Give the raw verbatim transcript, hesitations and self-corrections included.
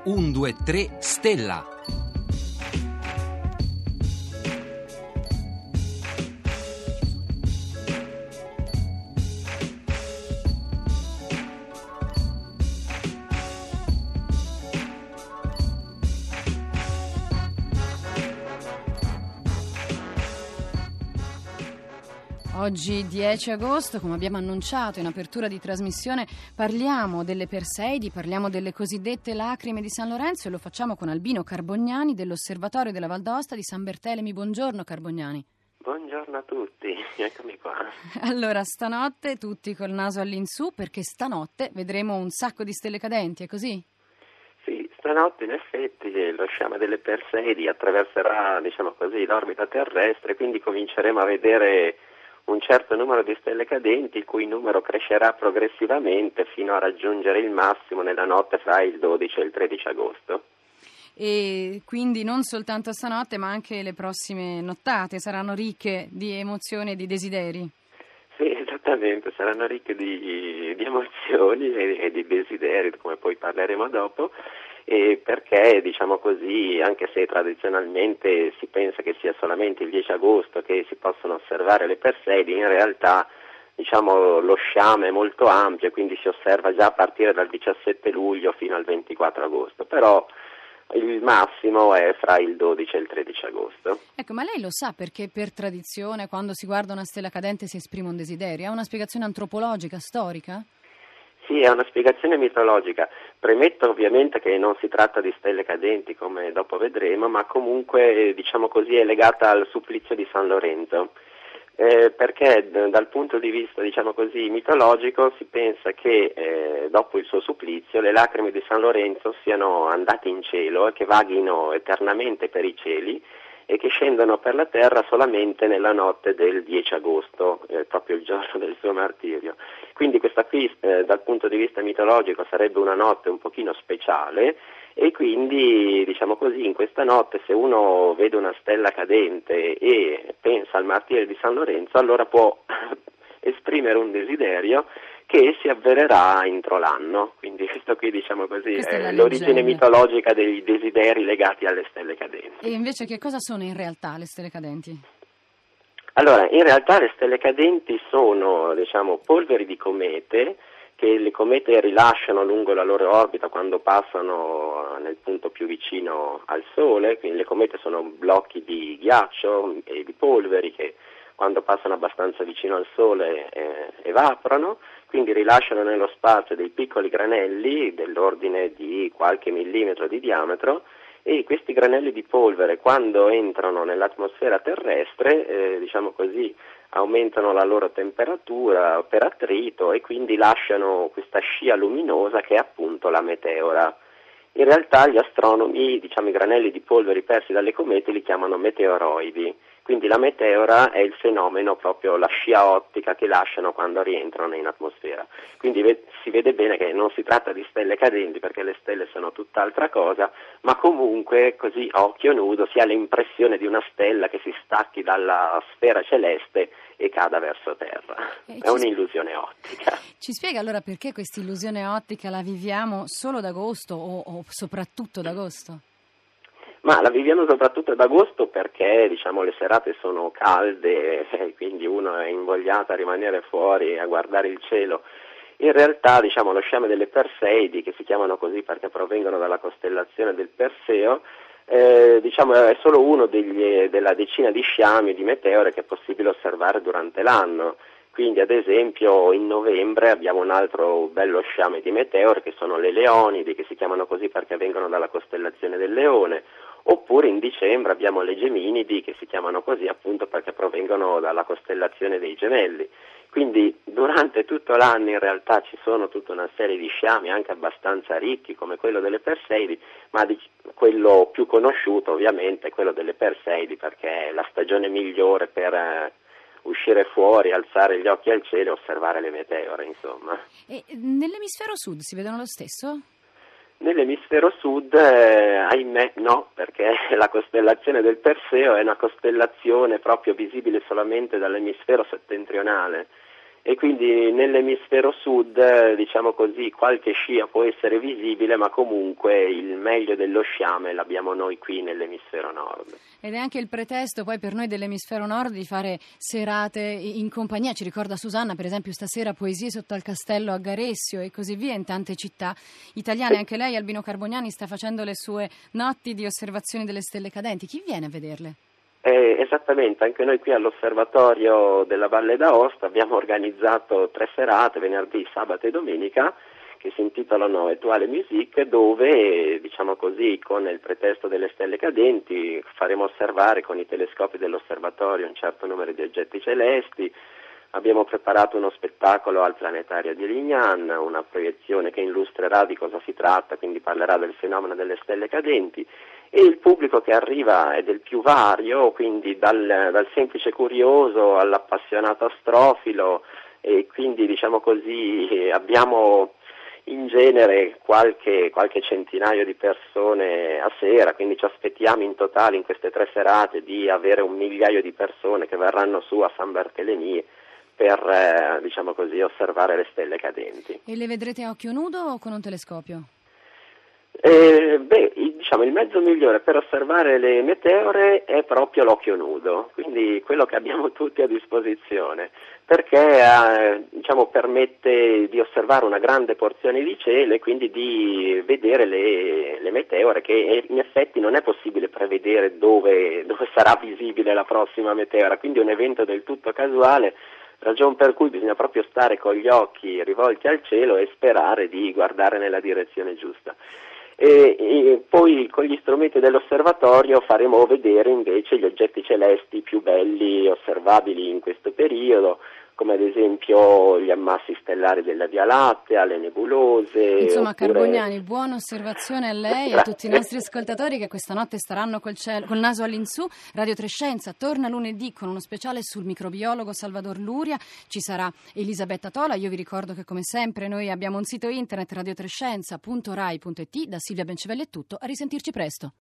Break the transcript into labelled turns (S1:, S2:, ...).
S1: uno due tre Stella.
S2: Oggi dieci agosto, come abbiamo annunciato in apertura di trasmissione, parliamo delle Perseidi, parliamo delle cosiddette lacrime di San Lorenzo e lo facciamo con Albino Carbognani dell'Osservatorio della Val d'Aosta di San Bartolomeo. Buongiorno Carbognani.
S3: Buongiorno a tutti, eccomi qua.
S2: Allora, stanotte tutti col naso all'insù perché stanotte vedremo un sacco di stelle cadenti, è così?
S3: Sì, stanotte in effetti lo sciame delle Perseidi attraverserà, diciamo così, l'orbita terrestre, quindi cominceremo a vedere un certo numero di stelle cadenti, il cui numero crescerà progressivamente fino a raggiungere il massimo nella notte fra il dodici e il tredici agosto.
S2: E quindi non soltanto stanotte, ma anche le prossime nottate saranno ricche di emozioni e di desideri.
S3: Sì, esattamente, saranno ricche di, di emozioni e, e di desideri, come poi parleremo dopo. E perché, diciamo così, anche se tradizionalmente si pensa che sia solamente il dieci agosto che si possono osservare le Perseidi, in realtà diciamo lo sciame è molto ampio, quindi si osserva già a partire dal diciassette luglio fino al ventiquattro agosto, però il massimo è fra il dodici e il tredici agosto.
S2: Ecco, ma lei lo sa perché per tradizione quando si guarda una stella cadente si esprime un desiderio? Ha una spiegazione antropologica, storica?
S3: Sì, è una spiegazione mitologica. Premetto ovviamente che non si tratta di stelle cadenti, come dopo vedremo, ma comunque, diciamo così, è legata al supplizio di San Lorenzo. Eh, perché d- dal punto di vista, diciamo così, mitologico si pensa che eh, dopo il suo supplizio le lacrime di San Lorenzo siano andate in cielo e che vaghino eternamente per i cieli e che scendono per la terra solamente nella notte del dieci agosto, eh, proprio il giorno del suo martirio. Quindi questa qui eh, dal punto di vista mitologico sarebbe una notte un pochino speciale e quindi diciamo così in questa notte se uno vede una stella cadente e pensa al martirio di San Lorenzo allora può esprimere un desiderio che si avvererà entro l'anno, quindi questo qui diciamo così
S2: Questa
S3: è,
S2: è
S3: l'origine
S2: leggenda
S3: mitologica dei desideri legati alle stelle cadenti.
S2: E invece che cosa sono in realtà le stelle cadenti?
S3: Allora, in realtà le stelle cadenti sono, diciamo, polveri di comete che le comete rilasciano lungo la loro orbita quando passano nel punto più vicino al Sole, quindi le comete sono blocchi di ghiaccio e di polveri che quando passano abbastanza vicino al Sole eh, evaporano, quindi rilasciano nello spazio dei piccoli granelli dell'ordine di qualche millimetro di diametro e questi granelli di polvere quando entrano nell'atmosfera terrestre, eh, diciamo così, aumentano la loro temperatura per attrito e quindi lasciano questa scia luminosa che è appunto la meteora. In realtà gli astronomi, diciamo i granelli di polvere persi dalle comete li chiamano meteoroidi. Quindi la meteora è il fenomeno, proprio la scia ottica che lasciano quando rientrano in atmosfera. Quindi ve- si vede bene che non si tratta di stelle cadenti perché le stelle sono tutt'altra cosa, ma comunque così a occhio nudo si ha l'impressione di una stella che si stacchi dalla sfera celeste e cada verso terra.
S2: Eh,
S3: è un'illusione ottica.
S2: Ci spiega allora perché questa illusione ottica la viviamo solo d'agosto o, o soprattutto d'agosto?
S3: Ma la viviamo soprattutto ad agosto perché diciamo le serate sono calde e quindi uno è invogliato a rimanere fuori a guardare il cielo. In realtà diciamo lo sciame delle Perseidi, che si chiamano così perché provengono dalla costellazione del Perseo, eh, diciamo è solo uno degli, della decina di sciami di meteore che è possibile osservare durante l'anno. Quindi ad esempio in novembre abbiamo un altro bello sciame di meteore che sono le Leonidi, che si chiamano così perché vengono dalla costellazione del Leone, oppure in dicembre abbiamo le Geminidi che si chiamano così appunto perché provengono dalla costellazione dei Gemelli. Quindi durante tutto l'anno in realtà ci sono tutta una serie di sciami anche abbastanza ricchi come quello delle Perseidi, ma di, quello più conosciuto ovviamente è quello delle Perseidi perché è la stagione migliore per eh, uscire fuori, alzare gli occhi al cielo e osservare le meteore, insomma.
S2: E nell'emisfero sud si vedono lo stesso?
S3: Nell'emisfero sud, eh, ahimè, no, perché la costellazione del Perseo è una costellazione proprio visibile solamente dall'emisfero settentrionale e quindi nell'emisfero sud, diciamo così, qualche scia può essere visibile, ma comunque il meglio dello sciame l'abbiamo noi qui nell'emisfero nord.
S2: Ed è anche il pretesto poi per noi dell'emisfero nord di fare serate in compagnia. Ci ricorda Susanna, per esempio, stasera poesie sotto al castello a Garessio e così via in tante città italiane. Anche lei, Albino Carbognani, sta facendo le sue notti di osservazione delle stelle cadenti. Chi viene a vederle?
S3: Eh, esattamente, anche noi qui all'Osservatorio della Valle d'Aosta abbiamo organizzato tre serate, venerdì, sabato e domenica, che si intitolano Étoiles Musique, dove, diciamo così, con il pretesto delle stelle cadenti faremo osservare con i telescopi dell'osservatorio un certo numero di oggetti celesti. Abbiamo preparato uno spettacolo al planetario di Lignan, una proiezione che illustrerà di cosa si tratta, quindi parlerà del fenomeno delle stelle cadenti, e il pubblico che arriva è del più vario, quindi dal, dal semplice curioso all'appassionato astrofilo, e quindi, diciamo così, abbiamo in genere qualche, qualche centinaio di persone a sera, quindi ci aspettiamo in totale in queste tre serate di avere un migliaio di persone che verranno su a San Bartolomeo per, eh, diciamo così, osservare le stelle cadenti.
S2: E le vedrete a occhio nudo o con un telescopio?
S3: Eh, beh, il, diciamo, il mezzo migliore per osservare le meteore è proprio l'occhio nudo, quindi quello che abbiamo tutti a disposizione, perché eh, diciamo, permette di osservare una grande porzione di cielo e quindi di vedere le, le meteore, che in effetti non è possibile prevedere dove, dove sarà visibile la prossima meteora, quindi è un evento del tutto casuale, ragion per cui bisogna proprio stare con gli occhi rivolti al cielo e sperare di guardare nella direzione giusta. E, e poi con gli strumenti dell'osservatorio faremo vedere invece gli oggetti celesti più belli osservabili in questo periodo, come ad esempio gli ammassi stellari della Via Lattea, le nebulose.
S2: Insomma,
S3: oppure...
S2: Carbognani, buona osservazione a lei e a tutti i nostri ascoltatori che questa notte staranno col, cielo, col naso all'insù. Radio Trescenza torna lunedì con uno speciale sul microbiologo Salvador Luria. Ci sarà Elisabetta Tola. Io vi ricordo che come sempre noi abbiamo un sito internet radiotrescenza punto rai punto it. Da Silvia Bencivelli è tutto. A risentirci presto.